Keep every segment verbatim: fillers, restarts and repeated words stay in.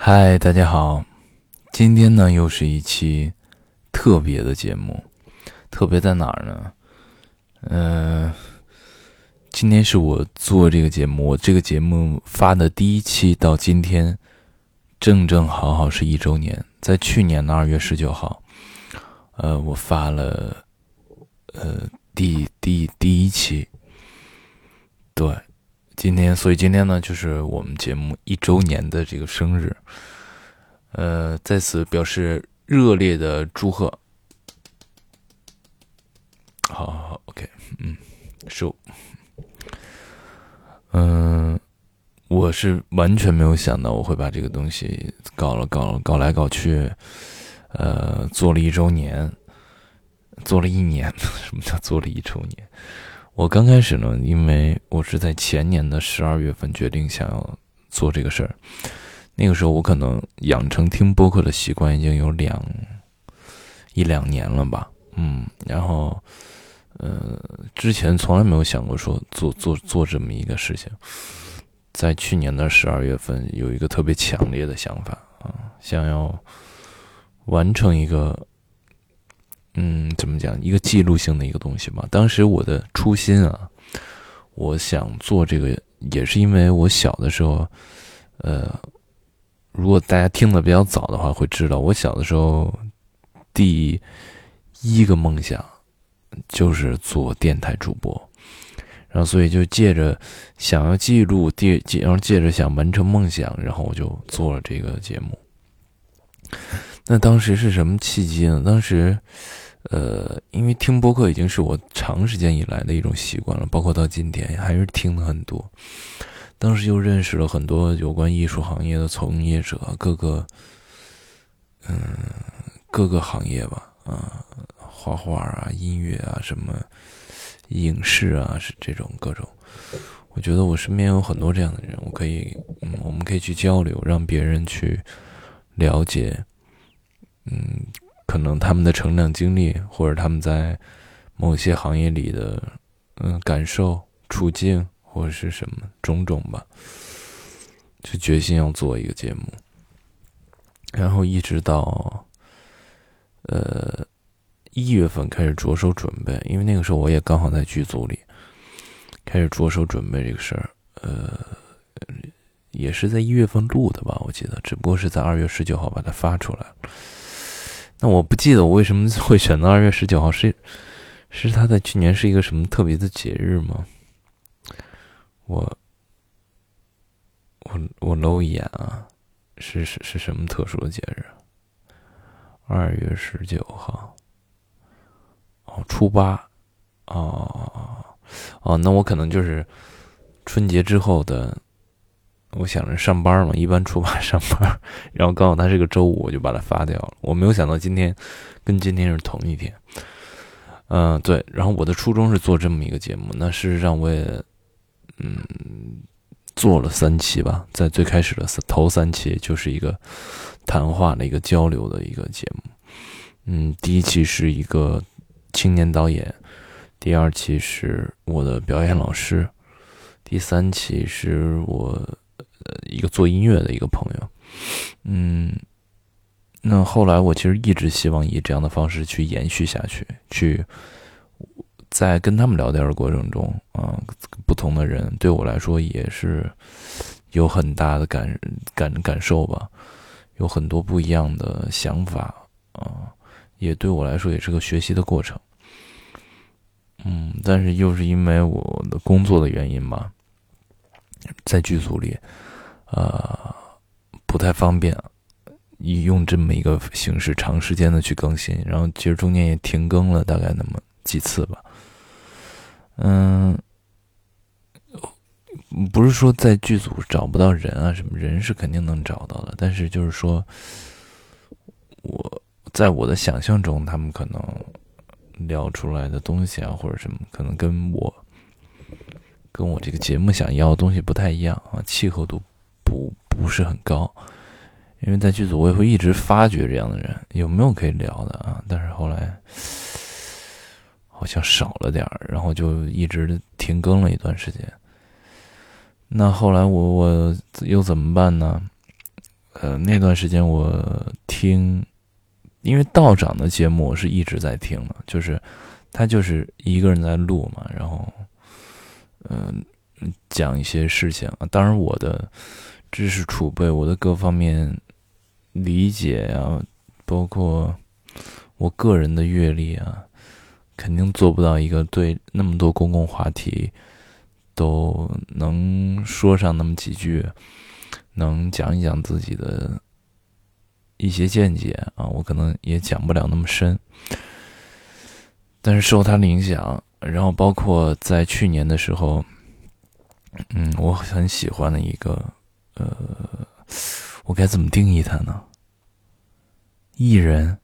嗨，大家好，今天呢又是一期特别的节目，特别在哪儿呢？呃，今天是我做这个节目，我这个节目发的第一期到今天，正正好好是一周年，在去年的二月十九号，呃，我发了呃第第第一期，对。今天，所以今天呢，就是我们节目一周年的这个生日，呃，在此表示热烈的祝贺。好好好 ，OK， 嗯，收。嗯、呃，我是完全没有想到我会把这个东西搞了搞了搞来搞去，呃，做了一周年，做了一年。什么叫做了一周年？我刚开始呢，因为我是在前年的十二月份决定想要做这个事儿，那个时候我可能养成听播客的习惯已经有两一两年了吧，嗯，然后呃，之前从来没有想过说做做做这么一个事情，在去年的十二月份有一个特别强烈的想法啊，想要完成一个。嗯，怎么讲？一个记录性的一个东西吧。当时我的初心啊，我想做这个，也是因为我小的时候，呃，如果大家听的比较早的话，会知道我小的时候第一个梦想就是做电台主播，然后所以就借着想要记录，借然后借着想完成梦想，然后我就做了这个节目。那当时是什么契机呢？当时。呃，因为听播客已经是我长时间以来的一种习惯了，包括到今天还是听了很多。当时又认识了很多有关艺术行业的从业者，各个，嗯，各个行业吧，啊，画画啊、音乐啊、什么影视啊，是这种各种。我觉得我身边有很多这样的人，我可以，嗯，我们可以去交流，让别人去了解，嗯。可能他们的成长经历，或者他们在某些行业里的嗯感受、处境，或者是什么种种吧，就决心要做一个节目，然后一直到呃一月份开始着手准备，因为那个时候我也刚好在剧组里开始着手准备这个事儿，呃，也是在一月份录的吧，我记得，只不过是在二月十九号把它发出来了。那我不记得我为什么会选择二月十九号，是是他在去年是一个什么特别的节日吗？我我我搂一眼啊，是是是什么特殊的节日？二月十九号，哦，初八，哦哦，那我可能就是春节之后的。我想着上班嘛，一般初八上班，然后刚好它是个周五，我就把它发掉了。我没有想到今天跟今天是同一天。嗯、呃，对。然后我的初衷是做这么一个节目，那事实上我也嗯做了三期吧，在最开始的头三期就是一个谈话的一个交流的一个节目。嗯，第一期是一个青年导演，第二期是我的表演老师，第三期是我。呃，一个做音乐的一个朋友，嗯，那后来我其实一直希望以这样的方式去延续下去，去在跟他们聊天的过程中，啊、呃，不同的人对我来说也是有很大的感感感受吧，有很多不一样的想法啊、呃，也对我来说也是个学习的过程，嗯，但是又是因为我的工作的原因吧，在剧组里。呃，不太方便，用这么一个形式长时间的去更新，然后其实中间也停更了大概那么几次吧。嗯，不是说在剧组找不到人啊，什么人是肯定能找到的，但是就是说，我在我的想象中，他们可能聊出来的东西啊，或者什么，可能跟我跟我这个节目想要的东西不太一样啊，契合度。不不是很高，因为在剧组我也会一直发掘这样的人，有没有可以聊的啊？但是后来好像少了点儿，然后就一直停更了一段时间。那后来我我又怎么办呢？ 呃，那段时间我听，因为道长的节目我是一直在听的，就是他就是一个人在录嘛，然后嗯、呃、讲一些事情。当然我的知识储备，我的各方面理解啊，包括我个人的阅历啊，肯定做不到一个对那么多公共话题都能说上那么几句，能讲一讲自己的一些见解啊，我可能也讲不了那么深。但是受他的影响，然后包括在去年的时候，嗯，我很喜欢的一个，呃，我该怎么定义他呢？艺人，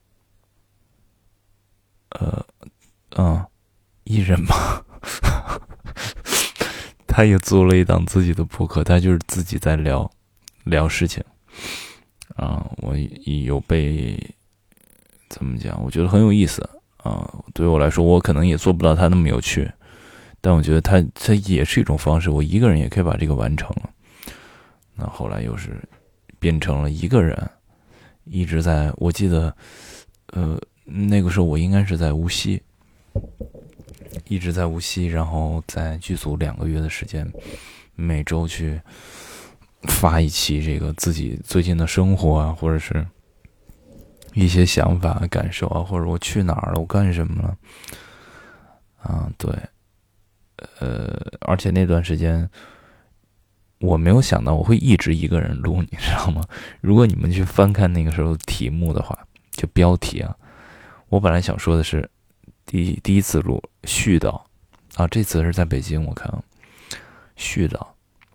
呃，嗯，艺人吧，他也做了一档自己的播客，他就是自己在聊聊事情啊。我有被怎么讲？我觉得很有意思啊。对我来说，我可能也做不到他那么有趣，但我觉得他这也是一种方式，我一个人也可以把这个完成了。那后来又是变成了一个人，一直在，我记得，呃，那个时候我应该是在无锡，一直在无锡，然后在剧组两个月的时间，每周去发一期这个自己最近的生活啊，或者是一些想法、感受啊，或者我去哪儿了，我干什么了啊？对，呃，而且那段时间我没有想到我会一直一个人录，你知道吗？如果你们去翻看那个时候题目的话，就标题啊，我本来想说的是第第一次录絮叨啊，这次是在北京，我看啊絮叨，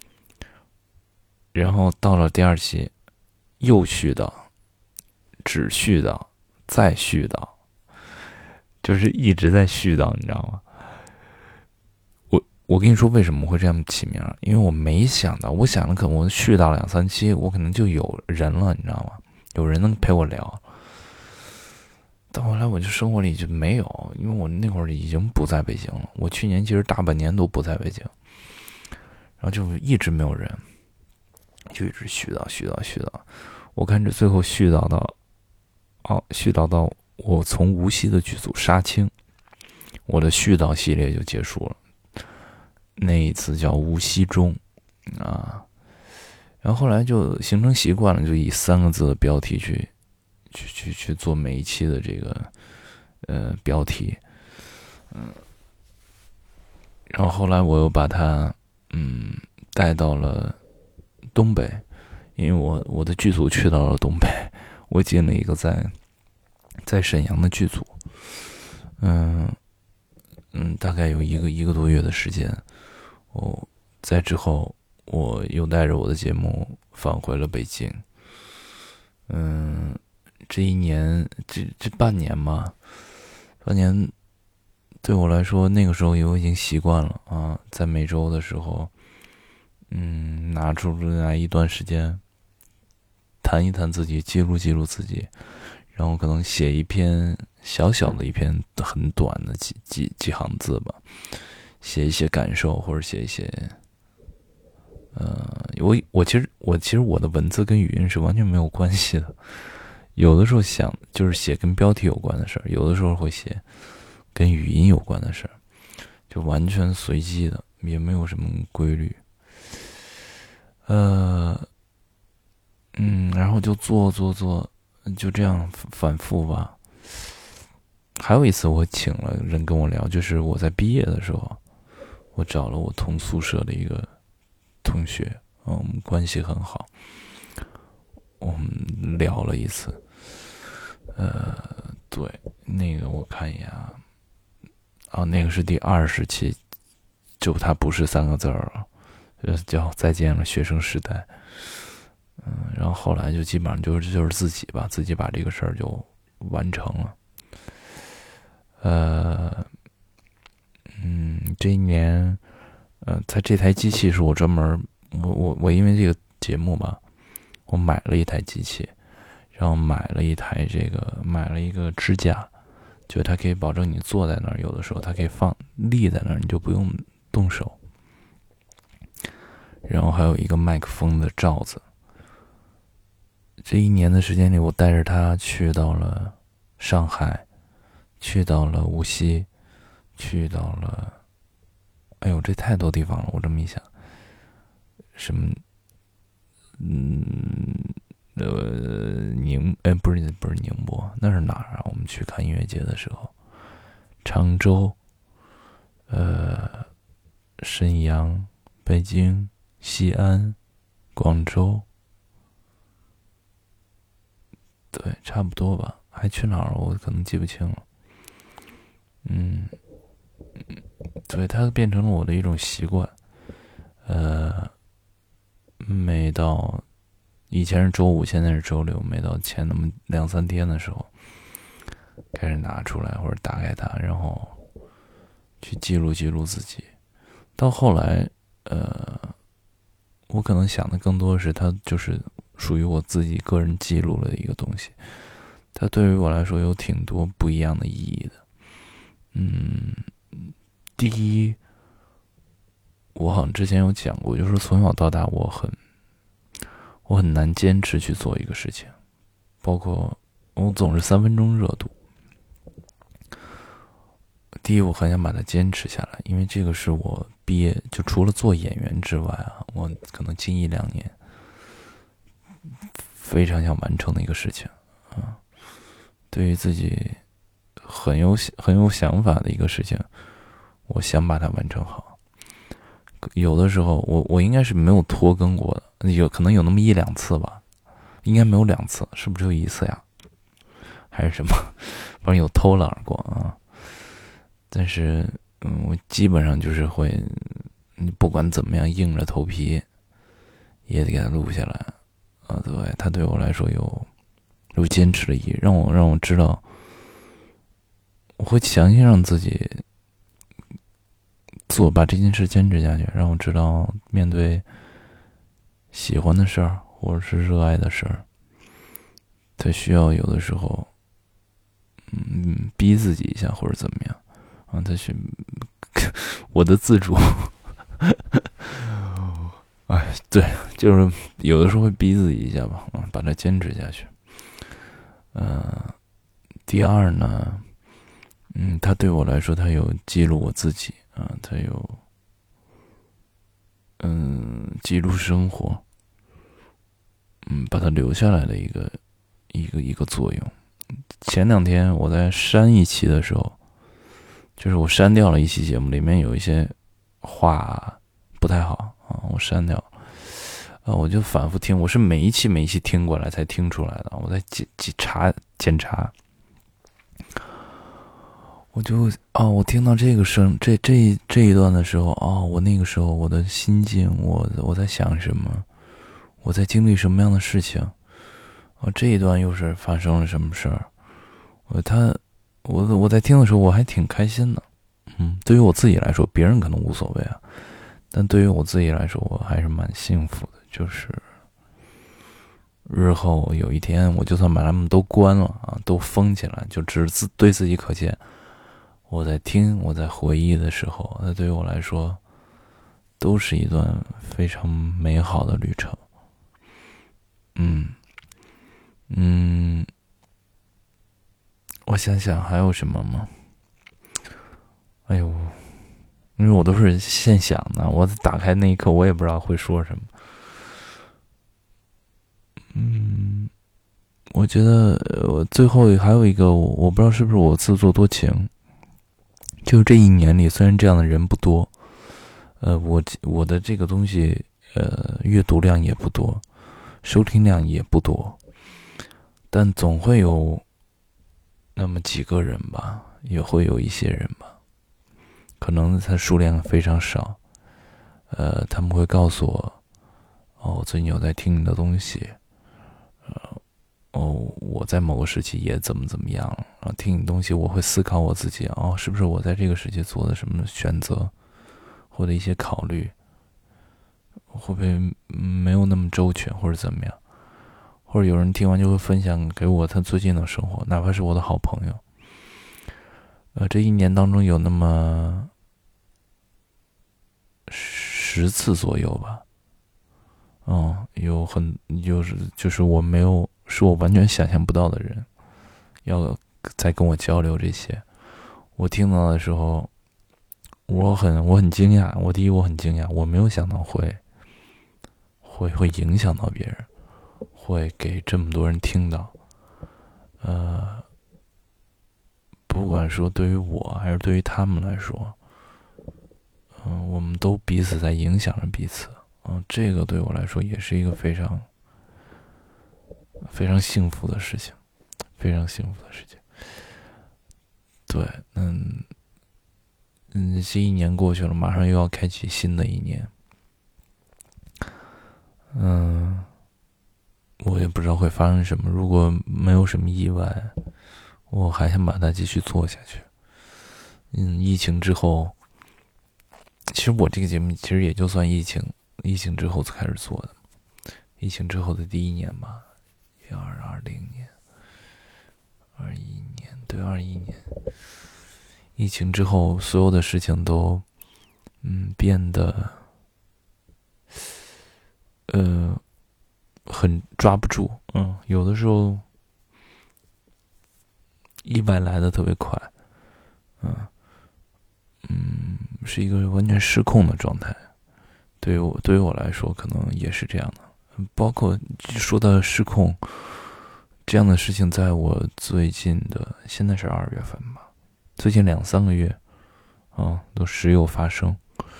然后到了第二期又絮叨，只絮叨，再絮叨，就是一直在絮叨，你知道吗？我我跟你说为什么会这样起名，因为我没想到，我想了可能我絮叨两三期，我可能就有人了，你知道吗？有人能陪我聊。到后来我就生活里就没有，因为我那会儿已经不在北京了。我去年其实大半年都不在北京，然后就一直没有人，就一直絮叨絮叨絮叨。我看这最后絮叨到，哦，絮叨到我从无锡的剧组杀青，我的絮叨系列就结束了。那一次叫无锡中啊，然后后来就形成习惯了，就以三个字的标题去去去去做每一期的这个呃标题，嗯，然后后来我又把它嗯带到了东北，因为我我的剧组去到了东北，我进了一个在在沈阳的剧组，嗯嗯，大概有一个一个多月的时间。我在之后，我又带着我的节目返回了北京。嗯，这一年，这这半年嘛，半年对我来说，那个时候我已经习惯了啊。在每周的时候，嗯，拿出来一段时间，谈一谈自己，记录记录自己，然后可能写一篇小小的一篇很短的几几几行字吧。写一些感受，或者写一些，呃，我我其实我其实我的文字跟语音是完全没有关系的。有的时候想就是写跟标题有关的事儿，有的时候会写跟语音有关的事儿，就完全随机的，也没有什么规律。呃，嗯，然后就做做做，就这样反复吧。还有一次，我请了人跟我聊，就是我在毕业的时候。我找了我同宿舍的一个同学，嗯，我们关系很好，我们聊了一次。呃，对，那个我看一眼啊，啊，那个是第二十期，就它不是三个字儿了，呃，叫再见了学生时代。嗯，然后后来就基本上就是就是自己吧，自己把这个事儿就完成了。呃。嗯，这一年，呃，它这台机器是我专门，我我我因为这个节目吧，我买了一台机器，然后买了一台这个买了一个支架，就它可以保证你坐在那儿，有的时候它可以放立在那儿，你就不用动手。然后还有一个麦克风的罩子， 这一年的时间里，我带着他去到了上海，去到了无锡，去到了，哎呦，这太多地方了。我这么一想，什么，嗯，呃，宁，哎，不是不是宁波，那是哪儿啊？我们去看音乐节的时候，常州，呃，沈阳、北京、西安、广州，对，差不多吧。还去哪儿了？我可能记不清了。嗯，对，它变成了我的一种习惯。呃，每到以前是周五，现在是周六，每到前那么两三天的时候，开始拿出来或者打开它，然后去记录记录自己。到后来，呃，我可能想的更多的是，它就是属于我自己个人记录了的一个东西。它对于我来说有挺多不一样的意义的。嗯，第一，我好像之前有讲过，就是从小到大，我很我很难坚持去做一个事情，包括我总是三分钟热度。第一，我很想把它坚持下来，因为这个是我毕业就除了做演员之外啊，我可能近一两年非常想完成的一个事情啊。对于自己很有很有想法的一个事情，我想把它完成好。有的时候我我应该是没有拖更过的，有可能有那么一两次吧，应该没有两次，是不是只有一次呀？还是什么？反正有偷懒过啊。但是嗯，我基本上就是会，你不管怎么样硬着头皮也得给它录下来啊。对，它对我来说有有坚持的意义，让我让我知道，我会强行让自己做，把这件事坚持下去，让我知道面对喜欢的事儿或者是热爱的事儿，它需要有的时候嗯逼自己一下或者怎么样啊，它是我的自主哎，对，就是有的时候会逼自己一下吧，啊，把它坚持下去。呃，第二呢，嗯，它对我来说，它有记录我自己啊，它有，嗯，记录生活，嗯，把它留下来的一个一个一个作用。前两天我在删一期的时候，就是我删掉了一期节目，里面有一些话不太好啊，我删掉了。啊，我就反复听，我是每一期每一期听过来才听出来的，我在检检查检查，我就哦，我听到这个声，这这这一段的时候，哦，我那个时候我的心境，我我在想什么，我在经历什么样的事情，哦，这一段又是发生了什么事儿，我他我我在听的时候我还挺开心的，嗯，对于我自己来说，别人可能无所谓啊，但对于我自己来说，我还是蛮幸福的。就是日后有一天，我就算把他们都关了啊，都封起来，就只自对自己可见。我在听，我在回忆的时候，那对于我来说，都是一段非常美好的旅程。嗯嗯，我想想还有什么吗？哎呦，因为我都是现想的，我打开那一刻，我也不知道会说什么。嗯，我觉得我最后还有一个，我不知道是不是我自作多情，就这一年里，虽然这样的人不多，呃，我我的这个东西，呃，阅读量也不多，收听量也不多，但总会有那么几个人吧，也会有一些人吧，可能他数量非常少，呃，他们会告诉我，哦，我最近有在听你的东西。呃，哦，我在某个时期也怎么怎么样，然后听你东西，我会思考我自己，哦，是不是我在这个时期做的什么选择，或者一些考虑，会不会没有那么周全，或者怎么样？或者有人听完就会分享给我他最近的生活，哪怕是我的好朋友。呃，这一年当中有那么十次左右吧。嗯，有很就是就是我没有是我完全想象不到的人，要再跟我交流这些。我听到的时候，我很我很惊讶。我第一我很惊讶，我没有想到会会会影响到别人，会给这么多人听到。呃，不管说对于我还是对于他们来说，嗯、呃，我们都彼此在影响着彼此。嗯、呃，这个对我来说也是一个非常非常幸福的事情，非常幸福的事情。对，嗯嗯，这一年过去了，马上又要开启新的一年。嗯，我也不知道会发生什么。如果没有什么意外，我还想把它继续做下去。嗯，疫情之后，其实我这个节目其实也就算疫情疫情之后才开始做的，疫情之后的第一年吧，二二零年、二一年，对，二一年，疫情之后，所有的事情都，嗯，变得，呃，很抓不住。嗯，有的时候意外来的特别快，嗯嗯，是一个完全失控的状态。对于我对于我来说，可能也是这样的。包括说到失控这样的事情，在我最近的现在是二月份吧，最近两三个月，啊，都时有发生。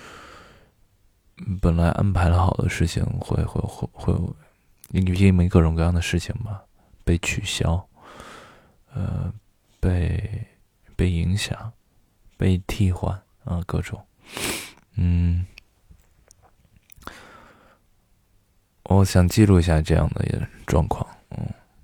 本来安排了好的事情，会会会会，因为各种各样的事情吧，被取消，呃，被被影响，被替换啊，各种，嗯。我想记录一下这样的状况，嗯，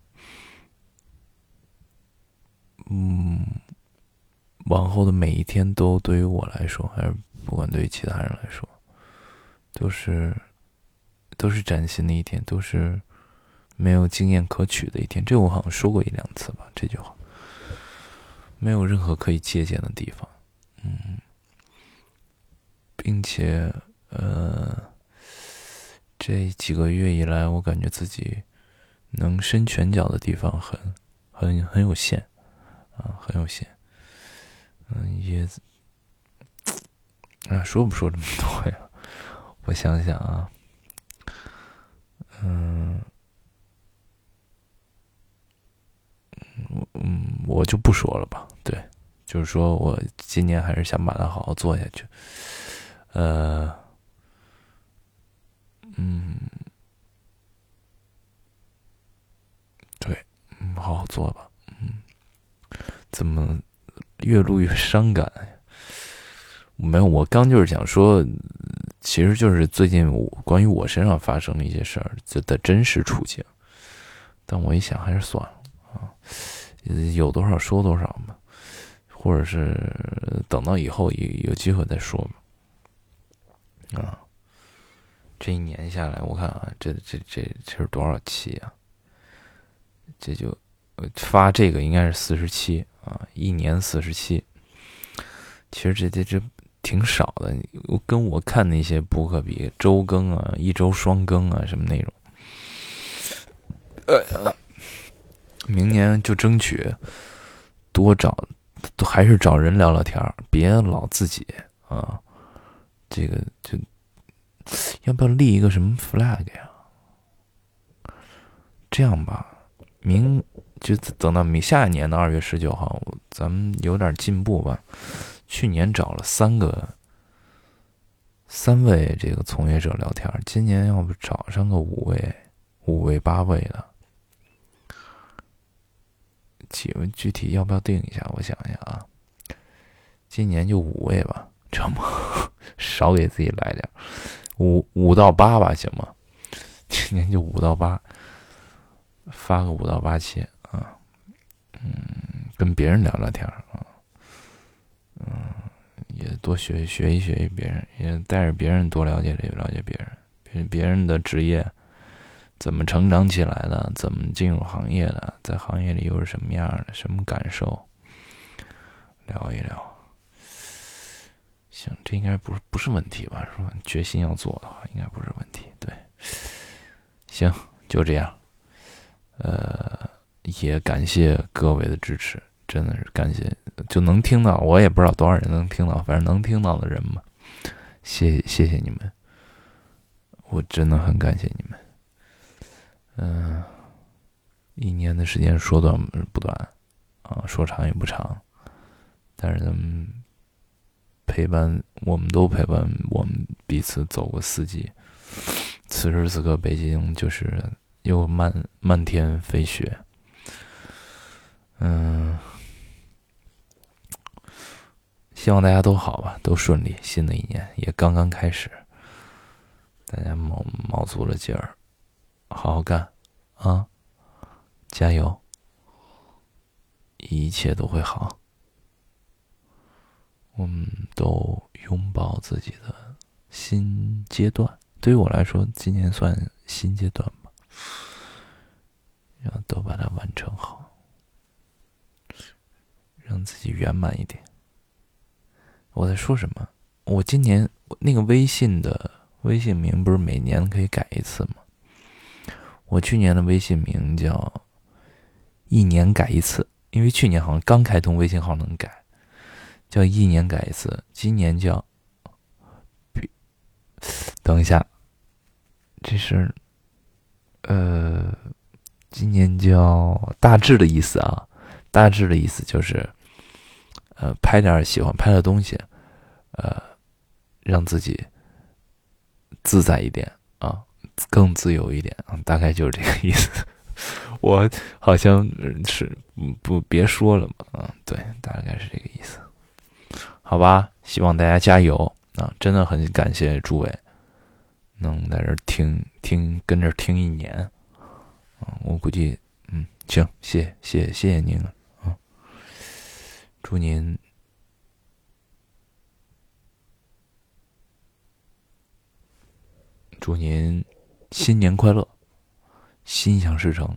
嗯，往后的每一天都对于我来说，还是不管对于其他人来说，都是都是崭新的一天，都是没有经验可取的一天。这我好像说过一两次吧，这句话，没有任何可以借鉴的地方，嗯，并且呃。这几个月以来，我感觉自己能伸拳脚的地方很、很、很有限，啊，很有限。嗯，也，啊，说不说这么多呀？我想想啊，嗯，嗯，我就不说了吧。对，就是说我今年还是想把它好好做下去。呃。嗯，对，嗯，好好做吧。嗯，怎么越录越伤感？没有，我刚就是想说，其实就是最近我关于我身上发生的一些事儿的真实处境。但我一想，还是算了啊，有多少说多少吧，或者是等到以后有有机会再说吧。啊。这一年下来，我看啊，这这这这是多少期啊？这就发这个应该是四十七啊，一年四十七。其实这这这挺少的，跟我看那些播客比，周更啊，一周双更啊，什么那种。呃，明年就争取多找，都还是找人聊聊天，别老自己啊。这个就。要不要立一个什么 flag 呀？这样吧，明就等到明下一年的二月十九号，咱们有点进步吧。去年找了三个三位这个从业者聊天，今年要不找上个五位、五位、八位的，几位具体要不要定一下？我想一下啊，今年就五位吧，这么少给自己来点。五五到八吧，行吗？今年就五到八，发个五到八期啊，嗯，跟别人聊聊天啊，嗯，也多学学一学一别人，也带着别人多了解了解别人，别别人的职业怎么成长起来的，怎么进入行业的，在行业里又是什么样的，什么感受，聊一聊。行，这应该不是不是问题吧？是吧？决心要做的话，应该不是问题。对，行，就这样。呃， 也感谢各位的支持，真的是感谢，就能听到，我也不知道多少人能听到，反正能听到的人嘛，谢谢谢你们，我真的很感谢你们。嗯、呃，一年的时间说短不短啊，说长也不长，但是嗯，陪伴我们都陪伴我们彼此走过四季。此时此刻，北京就是又漫漫天飞雪。嗯，希望大家都好吧，都顺利。新的一年也刚刚开始，大家卯卯足了劲儿，好好干啊，加油，一切都会好。我们都拥抱自己的新阶段。对于我来说，今年算新阶段吧，然后都把它完成好，让自己圆满一点。我在说什么？我今年那个微信的微信名不是每年可以改一次吗？我去年的微信名叫一年改一次，因为去年好像刚开通微信号能改，叫一年改一次。今年叫，等一下。这是，呃，今年叫大致的意思啊，大致的意思就是，呃，拍点喜欢拍的东西，呃，让自己自在一点啊，更自由一点啊，大概就是这个意思。我好像是不别说了嘛，啊，对，大概是这个意思。好吧，希望大家加油啊！真的很感谢诸位。能在这儿听听跟这儿听一年啊，我估计嗯行，谢谢谢谢您了啊！祝您祝您新年快乐，心想事成，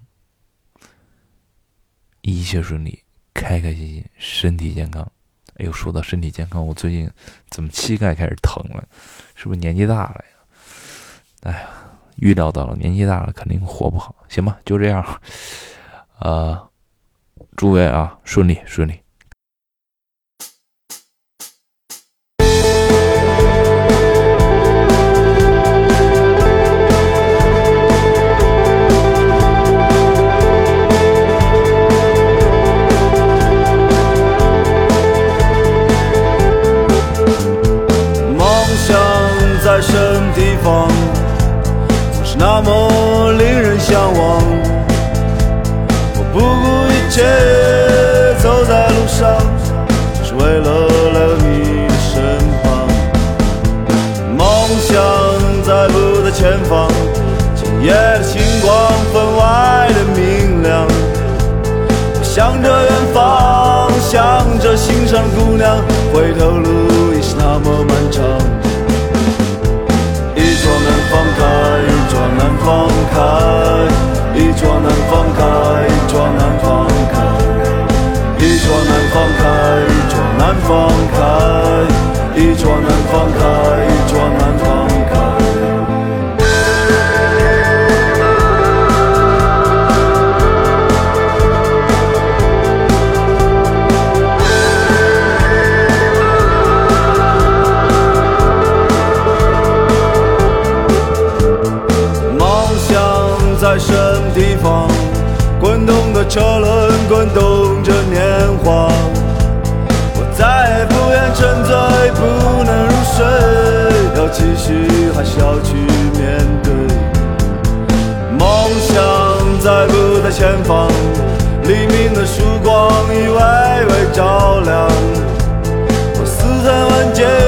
一切顺利，开开心心，身体健康。哎呦，说到身体健康，我最近怎么膝盖开始疼了？是不是年纪大了呀？哎呀，预料到了，年纪大了肯定活不好，行吧，就这样。呃，诸位啊，顺利顺利。 梦想在什么地方？那么令人向往，我不顾一切走在路上，是为了来到你的身旁。梦想在不在前方，今夜的星光分外的明亮。我向着远方，向着心上姑娘，回头路也是那么漫长。一窗难放开，一窗难放开，一窗难放开，一窗难放开，一窗难放开，一窗难放开，一窗难放开，一窗难放开。在什么地方？滚动的车轮滚动着年华，我再也不愿沉醉，不能入睡，要继续还是要去面对？梦想在不在前方？黎明的曙光已微微照亮，我似曾闻见